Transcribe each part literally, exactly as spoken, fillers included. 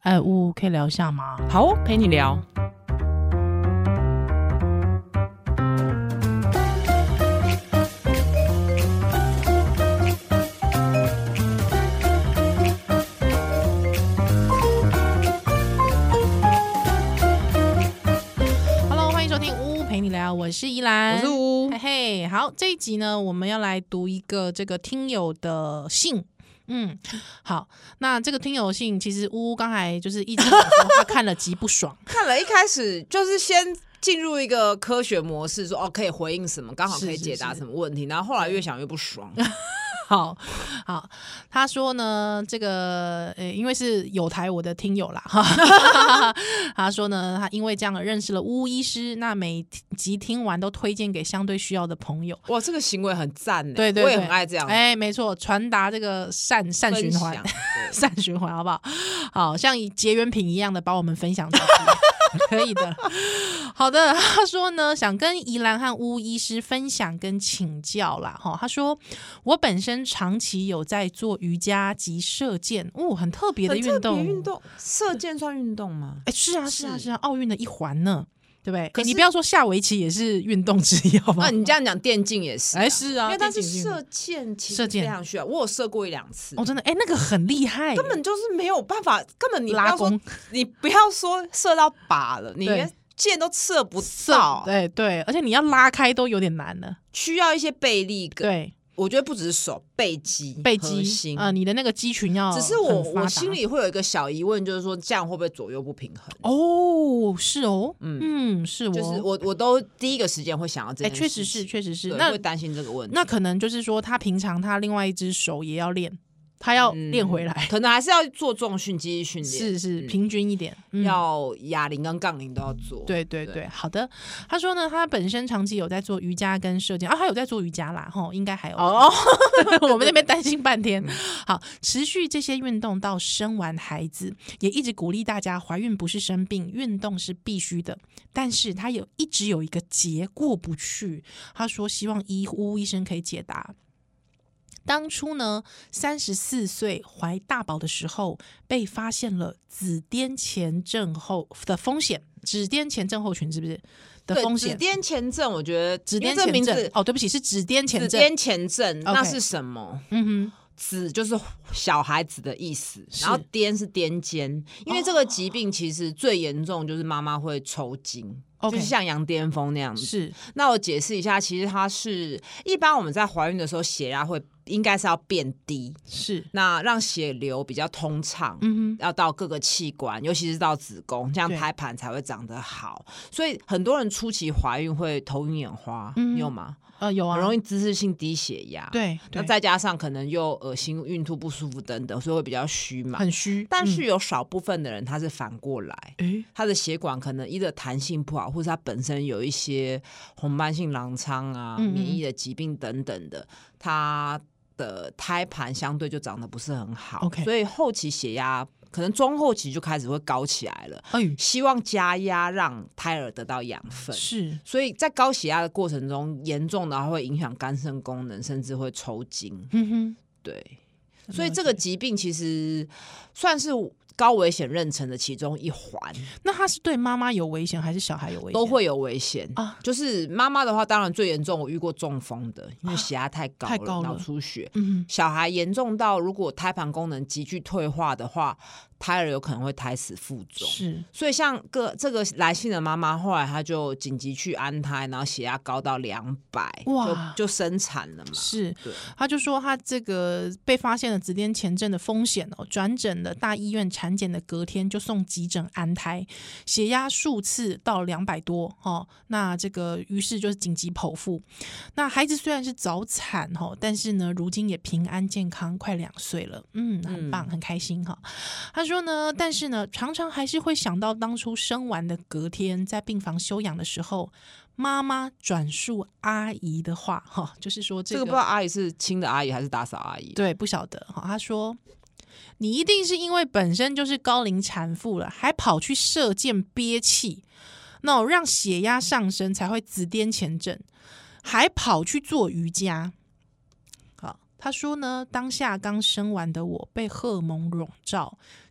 哎，呜，可以聊一下吗？ 好哦，陪你聊。 Hello， 欢迎收听呜陪你聊，我是依兰， 我是呜， 嘿嘿。好，这一集呢，我们要来读一个这个听友的信。嗯，好，那这个听友信其实呜刚才就是一直说他看了极不爽， 看了一开始就是先进入一个科学模式，说哦可以回应什么，刚好可以解答什么问题，是是是，然后后来越想越不爽。 好好，他说呢，这个呃，因为是有台我的听友啦，他说呢，他因为这样认识了巫医师，那每集听完都推荐给相对需要的朋友。 哇，这个行为很赞呢， 对对对， 我也很爱这样。 哎，没错，传达这个善善循环，善循环，好不好？好像结缘品一样的把我们分享出去。可以的，好的。他说呢，想跟宜兰和巫医师分享跟请教啦。哈，他说我本身长期有在做瑜伽及射箭，哦，很特别的运动。 运动，射箭算运动吗？ 哎，是啊，是啊，是啊，奥运的一环呢。对不对？可你不要说下围棋也是运动之一，好不好？ 那、啊、你这样讲电竞也是、啊， 哎是啊， 因为它是射箭，其实非常需要。我有射过一两次， 哦，真的，哎，那个很厉害， 根本就是没有办法，根本你不拉要说，你不要说射到靶了，你连箭都射不到， 对对，而且你要拉开都有点难了， 需要一些背力跟对。 我觉得不只是手，背肌、 背肌啊、呃，你的那个肌群要很发达。 只是我我心里会有一个小疑问，就是说这样会不会左右不平衡？ 哦，是哦，嗯嗯，是哦， 就是我我都第一个时间会想到这件事情， 哎，确实是，确实是，那会担心这个问题。 那可能就是说，他平常他另外一只手也要练。他要练回来、 嗯，可能还是要做重训、肌力训练， 是是、嗯、平均一点， 嗯、要哑铃跟杠铃都要做。 对对 对, 对，好的。他说呢，他本身长期有在做瑜伽跟射箭啊，他有在做瑜伽啦，吼，应该还有哦。我们那边担心半天。好，持续这些运动到生完孩子，也一直鼓励大家，怀孕不是生病，运动是必须的。但是他有一直有一个结过不去，他说希望医巫医生可以解答。当初呢，三十四岁怀大宝的时候，被发现了子癫前症后的风险，子癫前症候群是不是的风险？ 子癫前症，我觉得子癫前症哦，对不起，是子癫前症。 子癫前症、okay. 那是什么？ 嗯哼。 子就是小孩子的意思，然后癫是癫痫，因为这个疾病其实最严重就是妈妈会抽筋。Okay. 就是像羊癫疯那样子。 是， 那我解释一下，其实它是一般我们在怀孕的时候血压会应该是要变低， 是那让血流比较通畅，嗯哼，要到各个器官，尤其是到子宫，这样胎盘才会长得好。所以很多人初期怀孕会头晕眼花，嗯、你有吗？ 呃，有啊， 很容易姿势性低血压， 对， 那再加上可能又恶心、孕吐不舒服等等，所以会比较虚嘛， 很虚。 但是有少部分的人他是反过来， 嗯、 他的血管可能一的弹性不好，或者他本身有一些红斑性狼疮啊、嗯、免疫的疾病等等的，他的胎盘相对就长得不是很好， okay. 所以后期血压。可能中后期就开始会高起来了， 哎、 希望加压让胎儿得到养分， 是， 所以在高血压的过程中，严重的会影响肝肾功能，甚至会抽筋。 嗯哼， 对，所以这个疾病其实算是高危险妊娠的其中一环。 那它是对妈妈有危险，还是小孩有危险？ 都会有危险啊。 就是妈妈的话，当然最严重，我遇过中风的，因为血压太高了， 太高了， 脑出血。 嗯， 小孩严重到如果胎盘功能急剧退化的话，胎儿有可能会胎死腹中。 是， 所以像个这个来信的妈妈，后来她就紧急去安胎，然后血压高到两百，哇，就就生产了嘛。 是，她就说她这个被发现了子癫前症的风险哦，转诊了大医院产检的隔天就送急诊安胎，血压数次到两百多哦，那这个于是就是紧急剖腹。那孩子虽然是早产哦，但是呢，如今也平安健康，快两岁了，嗯，很棒，嗯、很开心哈。她说。说呢，但是呢，常常还是会想到当初生完的隔天，在病房休养的时候，妈妈转述阿姨的话，哈，就是说这个、 这个不知道阿姨是亲的阿姨还是打扫阿姨， 对，不晓得哈。她说，你一定是因为本身就是高龄产妇了，还跑去射箭憋气，那我让血压上升才会子癫前症，还跑去做瑜伽。他说呢，当下刚生完的我被荷尔蒙笼罩，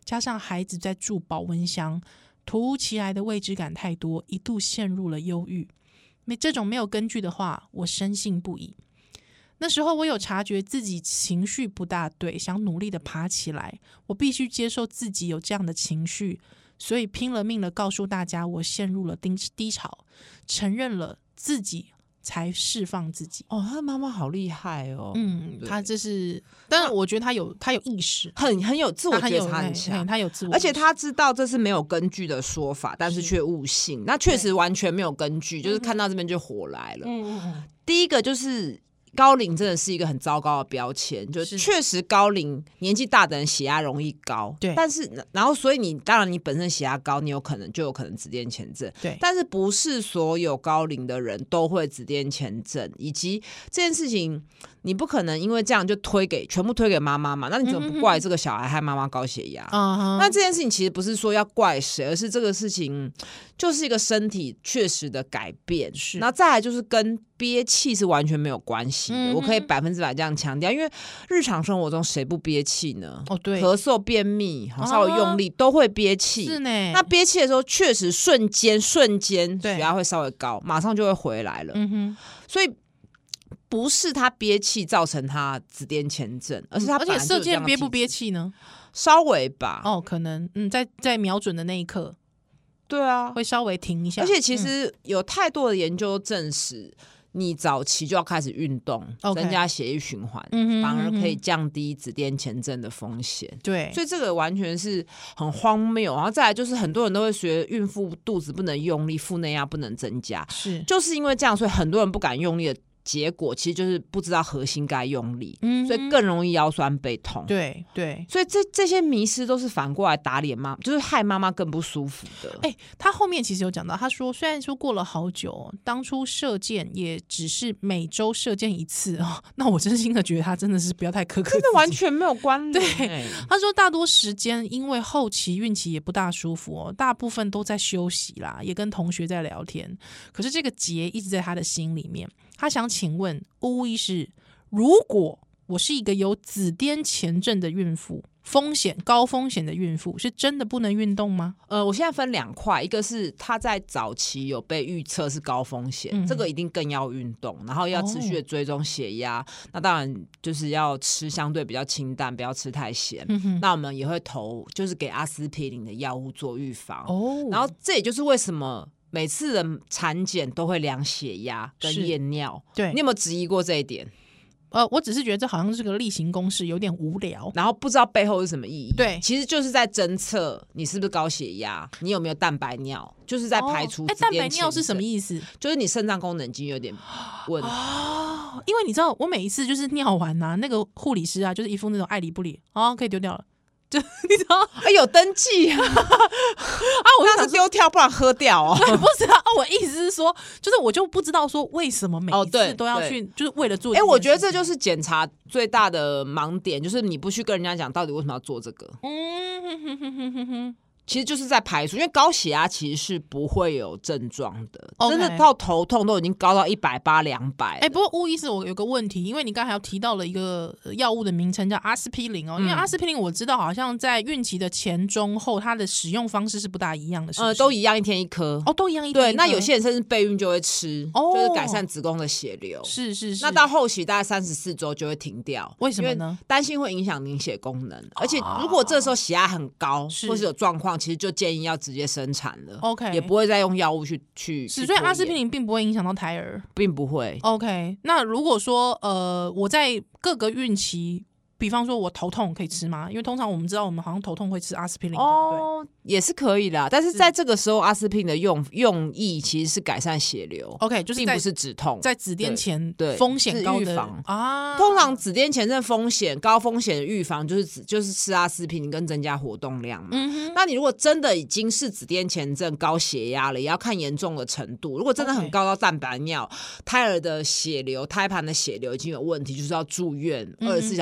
加上孩子在住保温箱，突如其来的未知感太多，一度陷入了忧郁。没这种没有根据的话，我深信不疑。那时候我有察觉自己情绪不大对，想努力的爬起来，我必须接受自己有这样的情绪，所以拼了命的告诉大家我陷入了低低潮，承认了自己才释放自己。 哦，他的妈妈好厉害哦。 嗯，他这是，但是我觉得他有他有意识， 很很有自我觉察很强， 他有自我， 而且他知道这是没有根据的说法，但是却误信。那确实完全没有根据，就是看到这边就火来了。嗯嗯嗯。第一个就是高龄真的是一个很糟糕的标签，就确实高龄年纪大的人血压容易高，对，但是然后所以你当然你本身血压高，你有可能就有可能子癜前症，对，但是不是所有高龄的人都会子癜前症，以及这件事情你不可能因为这样就推给全部推给妈妈嘛，那你怎么不怪这个小孩害妈妈高血压？嗯、那这件事情其实不是说要怪谁，而是这个事情就是一个身体确实的改变，是，然后再来就是跟憋气是完全没有关系的，嗯、我可以百分之百这样强调，因为日常生活中谁不憋气呢？哦，对，咳嗽、便秘，稍微用力、啊、都会憋气，是呢。那憋气的时候，确实瞬间瞬间血压会稍微高，马上就会回来了。嗯哼，所以不是他憋气造成他子癜前症，而是他本来就有这样的体质。而且射箭憋不憋气呢？ 稍微吧。 哦，可能嗯，在在瞄准的那一刻。 对啊， 会稍微停一下。 而且其实有太多的研究证实，你早期就要开始运动， okay. 增加血液循环，嗯、反而可以降低子癜前症的风险。对，所以这个完全是很荒谬。然后再来就是很多人都会学孕妇肚子不能用力，腹内压不能增加，是就是因为这样，所以很多人不敢用力的结果其实就是不知道核心该用力，嗯、所以更容易腰酸背痛。对对，所以这这些迷思都是反过来打脸妈，就是害妈妈更不舒服的。 哎、欸，他后面其实有讲到，他说虽然说过了好久，当初射箭也只是每周射箭一次哦，那我真心的觉得他真的是不要太苛刻， 真的完全没有关联。 对，他说大多时间因为后期孕期也不大舒服哦，大部分都在休息啦，也跟同学在聊天，可是这个结一直在他的心里面。他想请问呜呜医师，如果我是一个有子癜前症的孕妇，风险高风险的孕妇，是真的不能运动吗？ 呃，我现在分两块，一个是他在早期有被预测是高风险、嗯，这个一定更要运动，然后要持续的追踪血压、哦，那当然就是要吃相对比较清淡，不要吃太咸、嗯。那我们也会投就是给阿司匹林的药物做预防。哦，然后这也就是为什么每次的产检都会量血压跟验尿，对，你有没有质疑过这一点？ 呃，我只是觉得这好像是个例行公事，有点无聊， 然后不知道背后是什么意义。对，其实就是在侦测你是不是高血压，你有没有蛋白尿，就是在排除子癜前症。 蛋白尿是什么意思？ 就是你肾脏功能已经有点问题。 哦，因为你知道，我每一次就是尿完啊，那个护理师啊，就是一副那种爱理不理，哦，可以丢掉了。就你知道， 哎、欸，有登记啊！啊，我那是丢掉，不然喝掉哦。 对，不是啊，我意思是说，就是我就不知道说为什么每一次都要去，哦、就是为了做。哎、欸， 我觉得这就是检查最大的盲点，就是你不去跟人家讲到底为什么要做这个。嗯哼哼哼哼哼哼。其实就是在排除，因为高血压其实是不会有症状的， okay. 真的到头痛都已经高到一百八、两百。 哎，不过巫医师，我有个问题，因为你刚才提到了一个药物的名称叫阿司匹林哦，嗯、因为阿司匹林我知道好像在孕期的前、中、后，它的使用方式是不大一样的，是不是？ 呃，都一样，一天一颗。 哦，都一样一天一颗。 对，那有些人甚至备孕就会吃，哦、就是改善子宫的血流。是是是。那到后期大概三十四周就会停掉， 为什么呢？ 担心会影响凝血功能，而且如果这时候血压很高，是或是有状况，其实就建议要直接生产了 ，OK， 也不会再用药物去去。 是，所以阿司匹林并不会影响到胎儿， 并不会。 OK， 那如果说呃，我在各个孕期，比方说我头痛可以吃吗？因为通常我们知道我们好像头痛会吃阿司匹林，哦，对不对？ 也是可以的，但是在这个时候，阿司匹林的用用意其实是改善血流 ，OK， 就是并不是止痛， 在子癜前对风险高的预防啊。通常子癜前症风险高风险的预防就是就是吃阿司匹林跟增加活动量嘛。嗯，那你如果真的已经是子癜前症高血压了，也要看严重的程度。如果真的很高到蛋白尿， okay. 胎儿的血流、胎盘的血流已经有问题，就是要住院二十四小时连续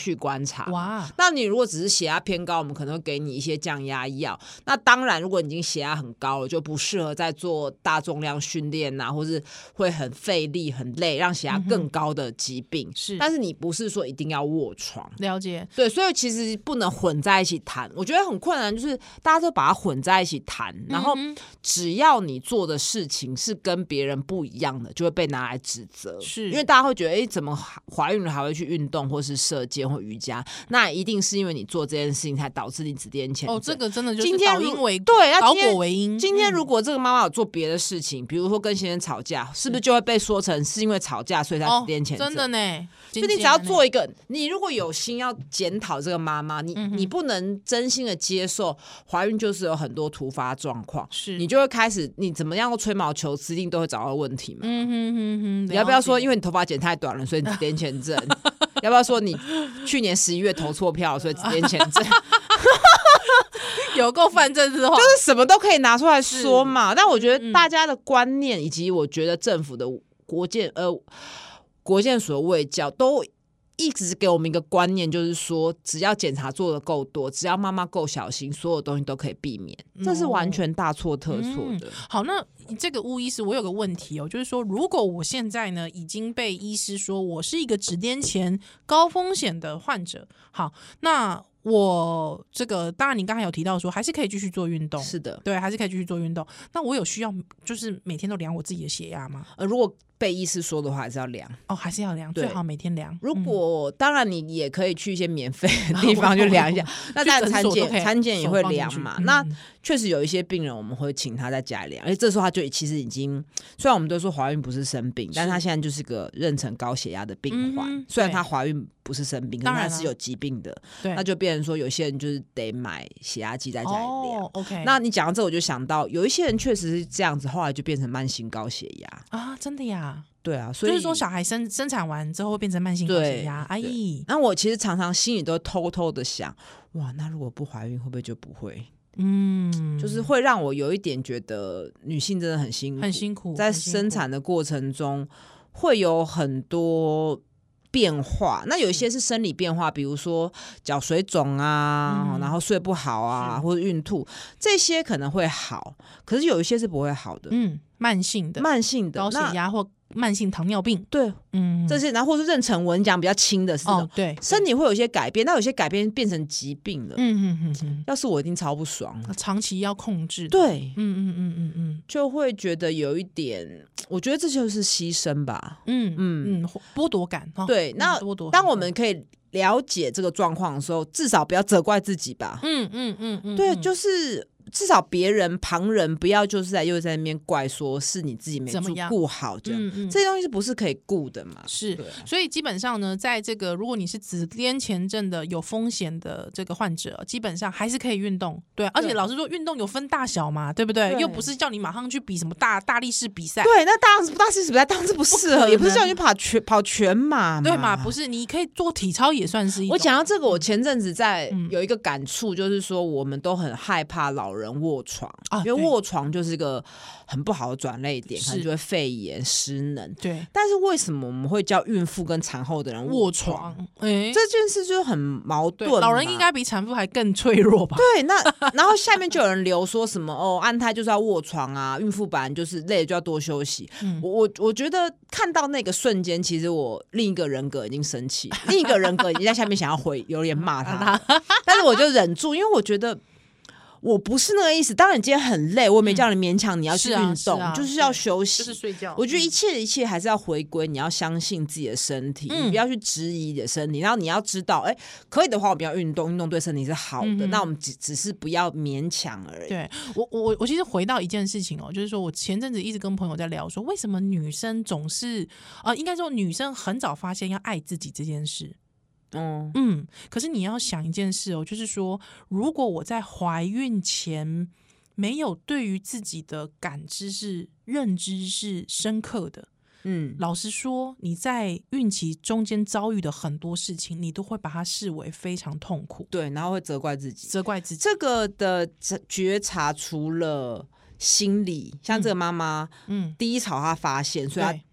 续观察。 哇， 那你如果只是血压偏高，我们可能会给你一些降压药。那当然，如果你已经血压很高了，就不适合再做大重量训练啊，或是会很费力、很累，让血压更高的疾病。嗯、是，但是你不是说一定要卧床。 了解。 对，所以其实不能混在一起谈。我觉得很困难，就是大家都把它混在一起谈，然后只要你做的事情是跟别人不一样的，就会被拿来指责。是，因为大家会觉得，哎，怎么怀孕了还会去运动，或是射箭或瑜伽？那一定是因为你做这件事情才导致你子癜前症。 哦，这个真的就是导因为对， 导果为因。 今天如果这个妈妈有做别的事情，比如说跟先生吵架，是不是就会被说成是因为吵架所以才子癜前症？ 真的呢。 就你只要做一个，你如果有心要检讨这个妈妈，你、嗯、你不能真心的接受怀孕就是有很多突发状况，是你就会开始你怎么样吹毛求疵，一定都会找到问题嘛。嗯哼哼哼，你要不要说因为你头发剪太短了，所以子癜前症？要不要说你去年十一月投错票，所以子癜前症？ 有够犯政治化， 就是什么都可以拿出来说嘛。但我觉得大家的观念，以及我觉得政府的国健呃。国健署的卫教都一直给我们一个观念，就是说只要检查做的够多，只要妈妈够小心，所有东西都可以避免，这是完全大错特错的、嗯、 好，那这个巫医师我有个问题哦，就是说如果我现在呢已经被医师说我是一个子癜前高风险的患者，好，那我这个当然你刚才有提到说还是可以继续做运动， 是的， 对，还是可以继续做运动，那我有需要就是每天都量我自己的血压吗？ 呃，如果被医师说的话还是要量哦，还是要量，最好每天量。 如果、嗯、当然你也可以去一些免费的地方去量一下，那当然产检产检也会量嘛。嗯、那确实有一些病人我们会请他在家里量，而且这时候他就其实已经，虽然我们都说怀孕不是生病，但是他现在就是个妊娠高血压的病患、嗯。虽然他怀孕不是生病，可是他是有疾病的，那就变成说有些人就是得买血压计在家里量。哦、OK， 那你讲到这我就想到有一些人确实是这样子，后来就变成慢性高血压啊，真的呀。 对啊，所以就是说小孩生生产完之后会变成慢性高血压。哎， 那我其实常常心里都偷偷的想，哇，那如果不怀孕会不会就不会？嗯，就是会让我有一点觉得女性真的很辛苦， 很辛苦， 在生产的过程中会有很多变化。那有一些是生理变化，比如说脚水肿啊、嗯、然后睡不好啊，或者孕吐，这些可能会好，可是有一些是不会好的。 嗯，慢性的慢性的高血压或慢性糖尿病， 对，嗯，这些，然后或是妊娠纹讲比较轻的是这种、哦、 对， 身体会有一些改变，那有些改变变成疾病了，嗯嗯嗯嗯，要是我一定超不爽， 长期要控制， 对， 嗯嗯嗯嗯嗯， 就会觉得有一点，我觉得这就是牺牲吧，嗯嗯嗯，剥夺感，哦、 对，那剥夺，当我们可以了解这个状况的时候，至少不要责怪自己吧，嗯嗯嗯嗯，对，就是。至少别人旁人不要就是在又在那边怪说是你自己没顾好这样、嗯嗯、这些东西是不是可以顾的嘛？ 是、啊、所以基本上呢在这个如果你是子癜前症的有风险的这个患者，基本上还是可以运动，对，而且老实说运动有分大小嘛，对不 对, 对又不是叫你马上去比什么大大力士比赛， 对，那当然大力士比赛当然是不适合，也不是叫你跑全跑全马嘛， 对嘛，不是，你可以做体操也算是一种。 我讲到这个，我前阵子在有一个感触、嗯、就是说我们都很害怕老人卧床啊，因为卧床就是一个很不好的转捩点，可能就会肺炎失能。对，但是为什么我们会叫孕妇跟产后的人卧床？欸、这件事就很矛盾。 老人应该比产妇还更脆弱吧？ 对，那然后下面就有人留说什么哦，安胎就是要卧床啊，孕妇本来就是累就要多休息。嗯、我我我觉得看到那个瞬间，其实我另一个人格已经生气，另一个人格已经在下面想要回有点骂他，但是我就忍住，因为我觉得。我不是那个意思，当然你今天很累，我也没叫你勉强你要去运动、嗯是啊是啊，就是要休息， 就是睡觉。 我觉得一切的一切还是要回归，你要相信自己的身体、嗯，你不要去质疑你的身体，然后你要知道，哎，可以的话我们要运动，运动对身体是好的，嗯、那我们只只是不要勉强而已。 对，我我我其实回到一件事情哦，就是说我前阵子一直跟朋友在聊说，为什么女生总是呃，应该说女生很早发现要爱自己这件事。嗯嗯，可是你要想一件事哦，就是说，如果我在怀孕前没有对于自己的感知是认知是深刻的，嗯，老实说，你在孕期中间遭遇的很多事情，你都会把它视为非常痛苦， 对，然后会责怪自己， 责怪自己。 这个的觉察除了心理，像这个妈妈，嗯，第一潮她发现，所以她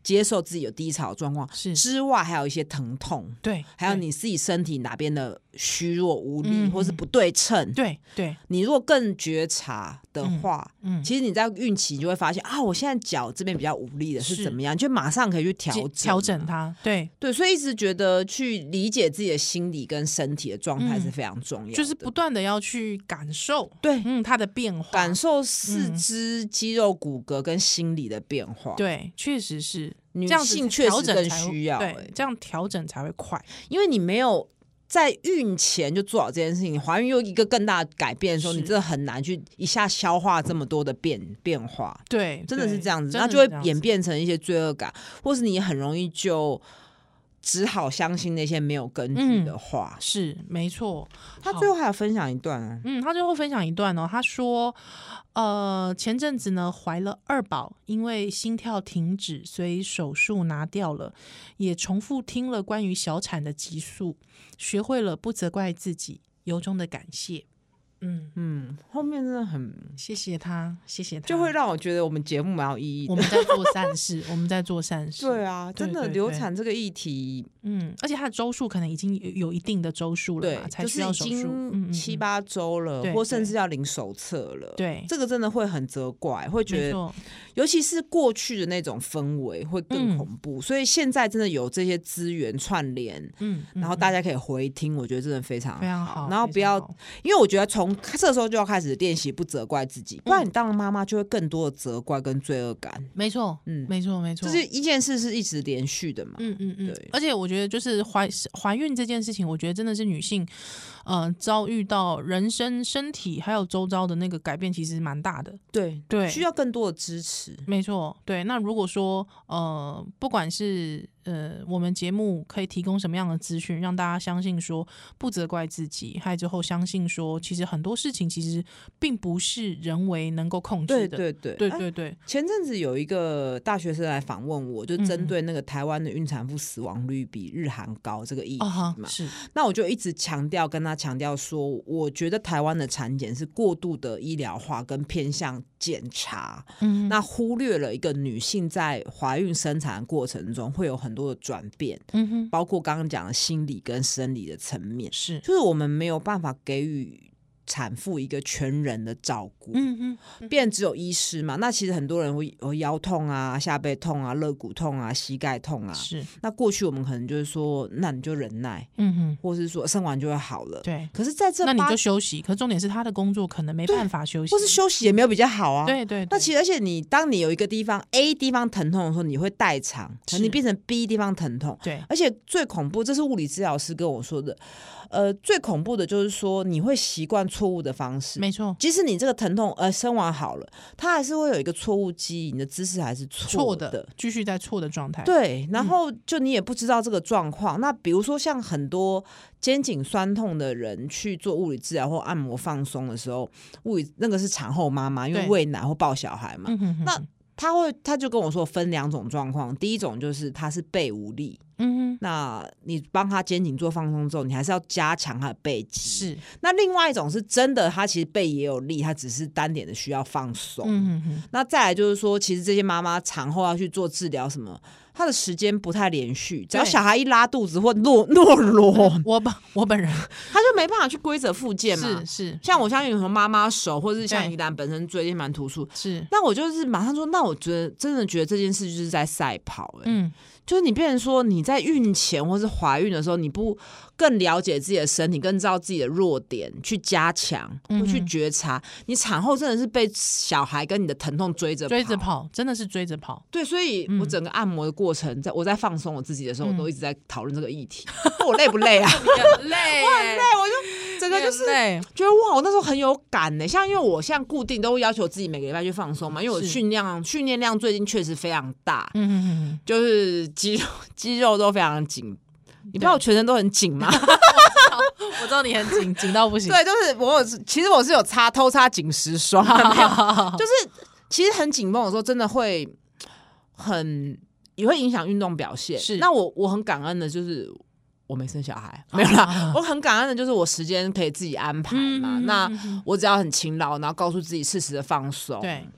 接受自己有低潮的状况之外，还有一些疼痛， 对， 还有你自己身体哪边的虚弱无力、嗯、或是不对称， 对对， 你如果更觉察的话、嗯嗯、其实你在孕期就会发现啊，我现在脚这边比较无力的是怎么样，你就马上可以去调整调整它，对对，所以一直觉得去理解自己的心理跟身体的状态是非常重要的、嗯、 就是不断的要去感受， 对， 嗯，它的变化， 感受四肢、嗯、肌肉骨骼跟心理的变化， 对，确实是女性确实更需要、欸、 对，这样调整才会快， 因为你没有在孕前就做好这件事情，怀孕又一个更大的改变的时候，你真的很难去一下消化这么多的变变化， 对， 真的是这样子，那就会演变成一些罪恶感，或是你很容易就只好相信那些没有根据的话、 嗯、是没错。 他最后还有分享一段啊， 嗯，他最后分享一段哦，他说呃，前阵子呢怀了二宝，因为心跳停止，所以手术拿掉了，也重复听了关于小产的集数，学会了不责怪自己，由衷的感谢。嗯嗯，后面真的很谢谢他，谢谢他， 就会让我觉得我们节目蛮有意义的。 我们在做善事，我们在做善事。 对啊，真的流产这个议题， 嗯，而且它的周数可能已经有一定的周数了嘛，才需要手术， 就是已经七八周了，嗯嗯或甚至要领手册了。 对， 这个真的会很责怪，会觉得，尤其是过去的那种氛围会更恐怖。嗯、所以现在真的有这些资源串联，嗯，然后大家可以回听，我觉得真的非常好， 非常好。 然后不要，因为我觉得从这时候就要开始练习不责怪自己，不然你当了妈妈就会更多的责怪跟罪恶感。 没错，嗯，没错，没错， 就是一件事是一直连续的嘛。 嗯嗯嗯，对。而且我觉得就是怀怀孕这件事情，我觉得真的是女性，呃，遭遇到人生、身体还有周遭的那个改变，其实蛮大的。 对对，需要更多的支持。 没错，对。那如果说呃，不管是呃，我们节目可以提供什么样的资讯，让大家相信说不责怪自己，还有之后相信说，其实很多事情其实并不是人为能够控制的。 对对对对对对。 啊、前阵子有一个大学生来访问我，就针对那个台湾的孕产妇死亡率比日韩高这个议题嘛， 嗯、是。 那我就一直强调跟他强调说，我觉得台湾的产检是过度的医疗化跟偏向检查，嗯，那忽略了一个女性在怀孕生产的过程中会有很多的转变，嗯哼，包括刚刚讲的心理跟生理的层面， 是， 就是我们没有办法给予产妇一个全人的照顾，嗯嗯，变只有医师嘛，那其实很多人会有腰痛啊、下背痛啊、肋骨痛啊、膝盖痛啊， 是。 那过去我们可能就是说，那你就忍耐，嗯哼，或是说生完就会好了， 对。 可是在这那你就休息，可是重点是他的工作可能没办法休息， 或是休息也没有比较好啊， 对 对, 对。 那其实而且你当你有一个地方 A 地方疼痛的时候，你会代偿，可能你变成 B 地方疼痛， 对。 而且最恐怖，这是物理治疗师跟我说的。呃，最恐怖的就是说你会习惯错误的方式， 没错。 即使你这个疼痛呃生完好了，它还是会有一个错误记忆，你的姿势还是错的， 错的，继续在错的状态。 对，然后就你也不知道这个状况、嗯。那比如说像很多肩颈酸痛的人去做物理治疗或按摩放松的时候，物理那个是产后妈妈，因为喂奶或抱小孩嘛，嗯哼哼哼，那他会他就跟我说分两种状况，第一种就是他是背无力。嗯哼，那你帮他肩颈做放松之后，你还是要加强他的背肌。 是， 那另外一种是真的，他其实背也有力，他只是单点的需要放松。嗯哼哼。那再来就是说，其实这些妈妈产后要去做治疗什么，她的时间不太连续，只要小孩一拉肚子或懦懦弱， 我本我本人他就没办法去规则复健嘛。 是是， 像我相信有什么妈妈手，或者是像宜兰本身椎间盘突出， 是。 那我就是马上说，那我觉得真的觉得这件事就是在赛跑、欸，嗯。就是你变成说你在孕前或是怀孕的时候，你不更了解自己的身体，更知道自己的弱点，去加强或去觉察、嗯、你产后真的是被小孩跟你的疼痛追着跑追着跑，真的是追着跑。 对，所以我整个按摩的过程，在我在放松我自己的时候、嗯、我都一直在讨论这个议题。我累不累啊？ 你很累， 我很累，我就整个就是觉得哇，我那时候很有感呢。像因为我现在固定都会要求自己每个礼拜去放松嘛，因为我训练训练量最近确实非常大，嗯哼哼，就是肌肉肌肉都非常紧。你不知道我全身都很紧吗？ 我知道，我知道你很紧，紧到不行。 对，就是我有，其实我是有擦偷擦紧实霜，就是其实很紧绷的时候，真的会很也会影响运动表现。 是， 那我我很感恩的就是我没生小孩，没有啦。我很感恩的就是我时间可以自己安排嘛。嗯、那我只要很勤劳，然后告诉自己适时的放松。 对。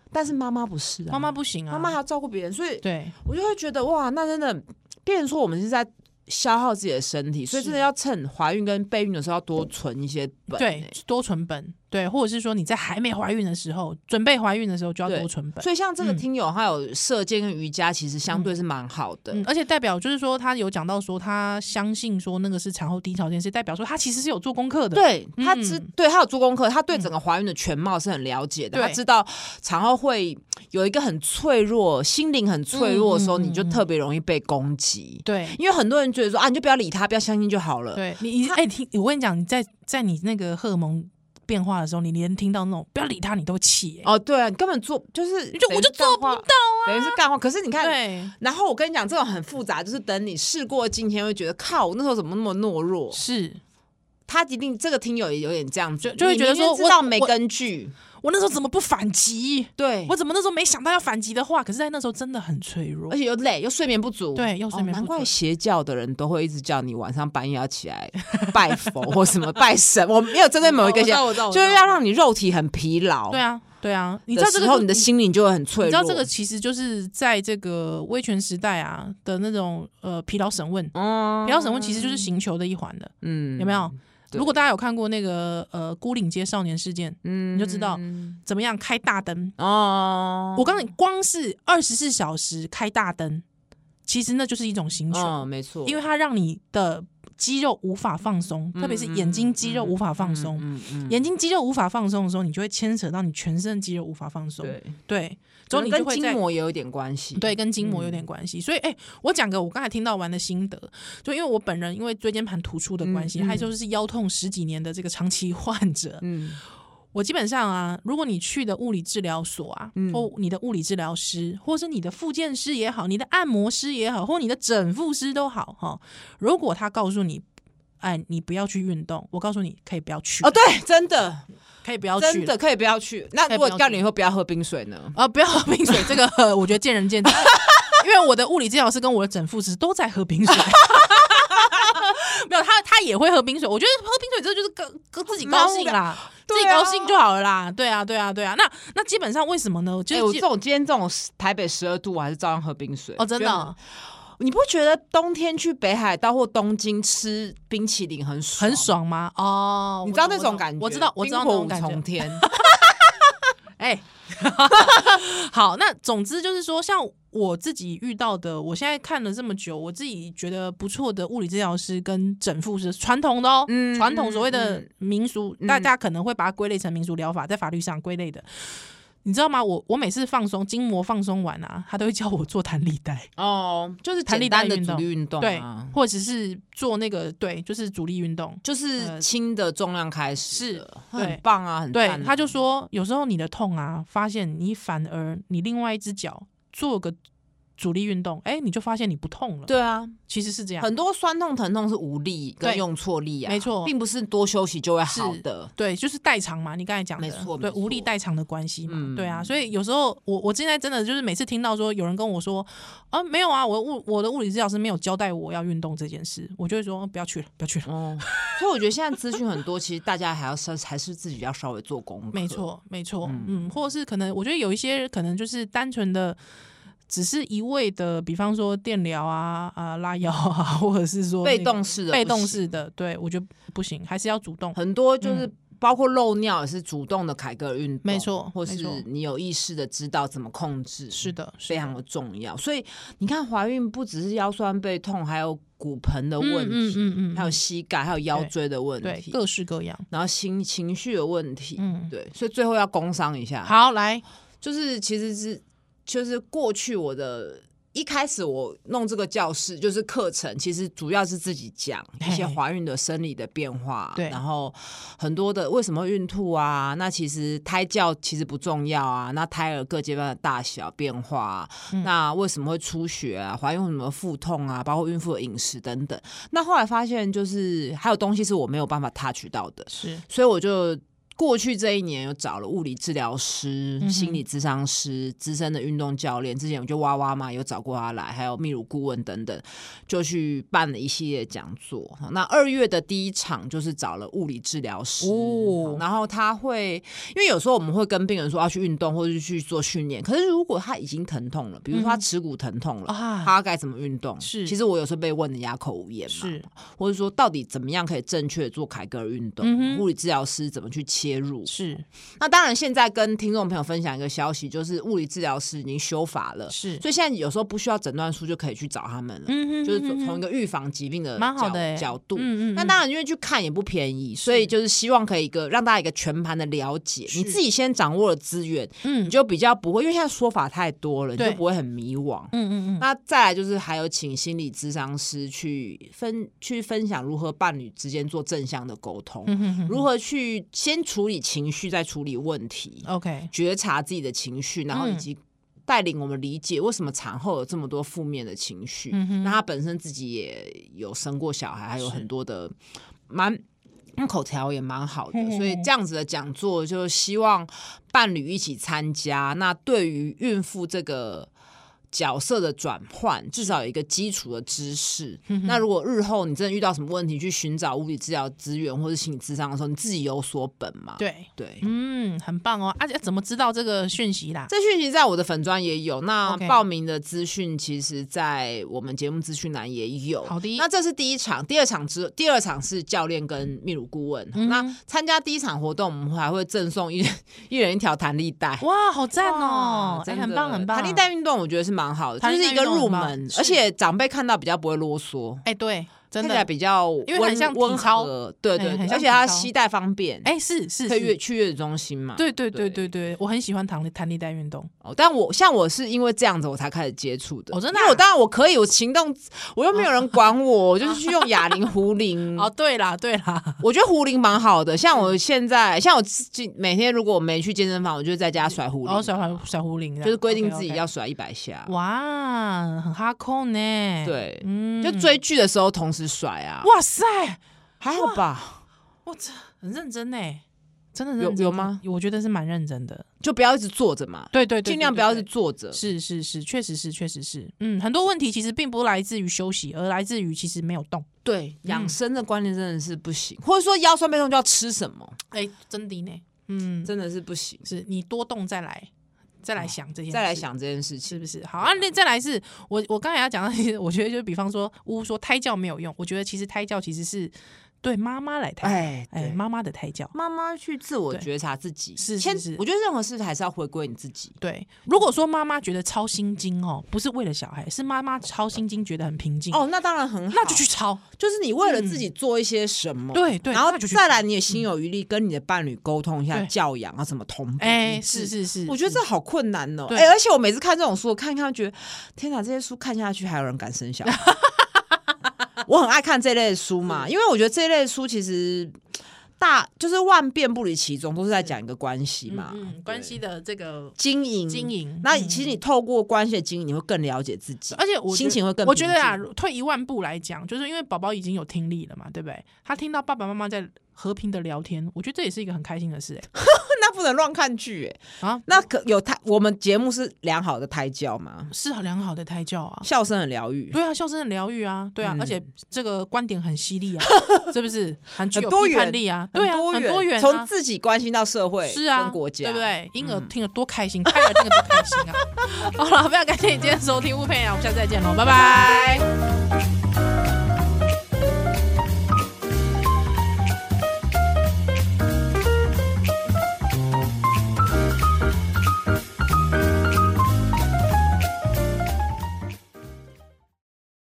但是妈妈不是啊， 妈妈不行啊， 妈妈还要照顾别人，所以对我就会觉得哇，那真的变成说我们是在消耗自己的身体，所以真的要趁怀孕跟备孕的时候要多存一些本、欸， 对，多存本，对，或者是说你在还没怀孕的时候，准备怀孕的时候就要多存本。 所以像这个听友，他有射箭跟瑜伽，其实相对是蛮好的、 嗯嗯，而且代表就是说他有讲到说他相信说那个是产后低潮这件事，代表说他其实是有做功课的， 对他知、嗯、对他有做功课，他对整个怀孕的全貌是很了解的， 嗯、 他知道产后会有一个很脆弱、心灵很脆弱的时候，嗯嗯嗯嗯你就特别容易被攻击。 对， 因为很多人觉得说啊，你就不要理他，不要相信就好了。 对你，哎、欸，听我跟你讲，你在在你那个荷尔蒙变化的时候，你连听到那种不要理他，你都会气、欸。 哦，对啊，你根本做就是就我就做不到啊， 等于是干话。可是你看， 对， 然后我跟你讲，这种很复杂，就是等你事过今天，会觉得靠，我那时候怎么那么懦弱？ 是他一定这个听友也有点这样子， 就就会觉得说， 知道没根据。 我那时候怎么不反击？ 对， 我怎么那时候没想到要反击的话？可是，在那时候真的很脆弱， 而且又累，又睡眠不足。 对，又睡眠不足。 哦、难怪邪教的人都会一直叫你晚上半夜要起来拜佛或什么拜神。我没有针对某一个邪，就是要让你肉体很疲劳。 对啊，对啊，你知道这个时候，你的心灵就会很脆弱。 你知道这个其实就是在这个威权时代啊的那种呃疲劳审问。嗯，疲劳审问其实就是刑求的一环的。嗯，有没有？如果大家有看过那个呃孤岭街少年事件，嗯，你就知道怎么样开大灯哦。我告诉你，光是二十四小时开大灯，其实那就是一种刑求， 哦，没错， 因为它让你的肌肉无法放松，嗯、特别是眼睛肌肉无法放松。嗯嗯嗯、眼睛肌肉无法放松的时候，你就会牵扯到你全身肌肉无法放松。对对。 之后你就会跟筋膜也有点关系， 对，跟筋膜有点关系。嗯、所以，哎、欸，我讲个我刚才听到完的心得，就因为我本人因为椎间盘突出的关系，还、嗯嗯、就是腰痛十几年的这个长期患者，嗯，我基本上啊，如果你去的物理治疗所啊，嗯、或你的物理治疗师，或是你的复健师也好，你的按摩师也好，或你的整复师都好，哈，如果他告诉你，哎，你不要去运动，我告诉你可以不要去哦，对，真的。 可以不要去， 真的可以不要去。那如果叫你以后不要喝冰水呢？ 啊，不要喝冰水，这个我觉得见仁见智。因为我的物理治疗师跟我的整复师都在喝冰水，没有他他也会喝冰水。我觉得喝冰水这就是跟跟自己高兴啦，自己高兴就好了啦。对啊，对啊，对啊。那那基本上为什么呢？就是、 欸、我这种今天这种台北十二度，我还是照样喝冰水。 哦，真的、哦。 你不觉得冬天去北海道或东京吃冰淇淋很爽很爽吗？哦， 你知道那种感觉？ 我知道，我知道那种感觉。 冰火五重天。 哎，好，那总之就是说，像我自己遇到的，我现在看了这么久，我自己觉得不错的物理治疗师跟整复师，传统的哦，传、嗯、统所谓的民俗、嗯，大家可能会把它归类成民俗疗法，在法律上归类的。你知道吗？我我每次放松筋膜放松完啊，他都会叫我做弹力带哦，就是简单的阻力运动、啊， 对，或者是做那个对，就是阻力运动， 就是轻的重量开始， 是很棒啊，很赞、啊。 对，他就说有时候你的痛啊，发现你反而你另外一只脚做个阻力运动，哎、欸，你就发现你不痛了。 对啊， 其实是这样。 很多酸痛疼痛是无力跟用错力啊， 没错， 并不是多休息就会好的。 对，就是代偿嘛，你刚才讲的， 没错， 对，无力代偿的关系嘛、嗯。对啊，所以有时候我我现在真的就是每次听到说有人跟我说啊没有啊，我物我的物理治疗师没有交代我要运动这件事，我就会说不要去了，不要去了。哦， 所以我觉得现在资讯很多，其实大家还要稍还是自己要稍微做功课。 没错，没错，嗯，嗯或者是可能我觉得有一些可能就是单纯的。只是一味的，比方说电疗啊、啊拉腰啊，或者是说、那個、 被动式的、 被动式的，对我觉得不行，还是要主动。 很多就是包括漏尿也是主动的凯格尔运动， 没错， 或是你有意识的知道怎么控制， 是的， 非常的重要。所以你看，怀孕不只是腰酸背痛，还有骨盆的问题，嗯嗯嗯嗯、还有膝盖，还有腰椎的问题， 各式各样。 然后心情绪的问题，嗯，对，所以最后要工商一下。 好，来， 就是其实是。就是过去我的一开始我弄这个教室就是课程，其实主要是自己讲一些怀孕的生理的变化，对，然后很多的为什么孕吐啊，那其实胎教其实不重要啊，那胎儿各阶段的大小变化、啊嗯、那为什么会出血啊，怀孕为什么腹痛啊，包括孕妇的饮食等等。那后来发现就是还有东西是我没有办法 touch 到的， 是， 所以我就过去这一年有找了物理治疗师、嗯、心理咨商师、资深的运动教练，之前我就娃娃嘛有找过他来，还有泌乳顾问等等，就去办了一系列讲座。那二月的第一场就是找了物理治疗师、哦、然后他会因为有时候我们会跟病人说要去运动或者是去做训练，可是如果他已经疼痛了，比如说他耻骨疼痛了、嗯、他该怎么运动？是，其实我有时候被问的哑口无言嘛，是，或者说到底怎么样可以正确做凯格尔运动、嗯、物理治疗师怎么去切切入是，那当然现在跟听众朋友分享一个消息，就是物理治疗师已经修法了，是，所以现在有时候不需要诊断书就可以去找他们了，嗯哼嗯哼，就是从一个预防疾病的 角, 的角度，嗯嗯，那当然因为去看也不便宜，所以就是希望可以一个让大家一个全盘的了解，你自己先掌握了资源，嗯，你就比较不会，因为现在说法太多了，你就不会很迷惘，嗯嗯嗯。那再来就是还有请心理咨商师去分去分享如何伴侣之间做正向的沟通，嗯哼哼，如何去先处理情绪再处理问题 OK 觉察自己的情绪，然后以及带领我们理解为什么产后有这么多负面的情绪、嗯、那他本身自己也有生过小孩，还有很多的蛮口条也蛮好的，所以这样子的讲座就希望伴侣一起参加，那对于孕妇这个角色的转换至少有一个基础的知识、嗯、那如果日后你真的遇到什么问题去寻找物理治疗资源或是心理咨商的时候，你自己有所本嘛。对对， 嗯，很棒哦。啊，怎么知道这个讯息啦？ 这讯息在我的粉专也有，那报名的资讯其实在我们节目资讯栏也有。好的，那这是第一场，第二场之第二场是教练跟泌乳顾问、嗯、那参加第一场活动我们还会赠送一人一人一条弹力带。 哇，好赞哦、欸、很棒很棒。 弹力带运动我觉得是蛮好的，就是一个入门，而且长辈看到比较不会啰嗦。哎、欸，对，真的看起来比较温，因为很像体操，对 对, 对，而且它携带方便。哎、欸，是是，可以去月子中心嘛？对对对对对，我很喜欢弹弹力带运动。哦，但我像我是因为这样子我才开始接触的。哦，真的、啊？因为我当然我可以，我行动，我又没有人管我，我就是去用哑铃、壶铃。哦，对啦对啦，我觉得壶铃蛮好的。像我现在，像我每天如果我没去健身房，我就在家甩壶铃。哦，甩甩壶铃，就是规定自己要甩一百下。Okay, okay. 哇，很哈扣呢。对，嗯，就追剧的时候同时甩啊。哇塞，还好吧？哇，这很认真呢。真的认真 有, 有吗？我觉得是蛮认真的，就不要一直坐着嘛。对对对，尽量不要一直坐着。是是是，确实是确实是。嗯，很多问题其实并不来自于休息，而来自于其实没有动。对，养、嗯、生的观念真的是不行，或者说腰酸背痛就要吃什么？哎、欸，真的呢，嗯，真的是不行。是你多动再来。再来想这件事、哦，再来想这件事情，是不是？好啊，那再来是我我刚才要讲的，我觉得就比方说，呜说胎教没有用，我觉得其实胎教其实是对妈妈来胎，哎哎，妈妈的胎教，妈妈去自我觉察自己，是是是，我觉得任何事还是要回归你自己。对，如果说妈妈觉得抄心经哦，不是为了小孩，是妈妈抄心经觉得很平静哦，那当然很好，那就去抄，就是你为了自己做一些什么，对、嗯、对，然后再来你也心有余力跟你的伴侣沟通一下教养啊，怎么同步，哎，是是是，我觉得这好困难哦，哎、欸，而且我每次看这种书，看一看觉得天哪，这些书看下去还有人敢生小孩。我很爱看这类的书嘛，因为我觉得这类的书其实大就是万变不离其宗，都是在讲一个关系嘛，嗯嗯，关系的这个经营经营。那其实你透过关系的经营，你会更了解自己，而且我心情会更平静。我觉得啊，退一万步来讲，就是因为宝宝已经有听力了嘛，对不对？他听到爸爸妈妈在和平的聊天，我觉得这也是一个很开心的事哎、欸。那不能乱看剧哎、欸、啊！那可有胎？我们节目是良好的胎教吗？是良好的胎教啊，笑声很疗愈。对啊，笑声很疗愈啊，对啊、嗯，而且这个观点很犀利啊，是不是？很具有批判力啊，对啊，很多元，从自己关心到社会，是啊，跟国家，对不对？婴儿听了多开心，胎儿听了多开心啊！好了，非常感谢你今天收听吴佩阳，我们下次再见喽，拜拜。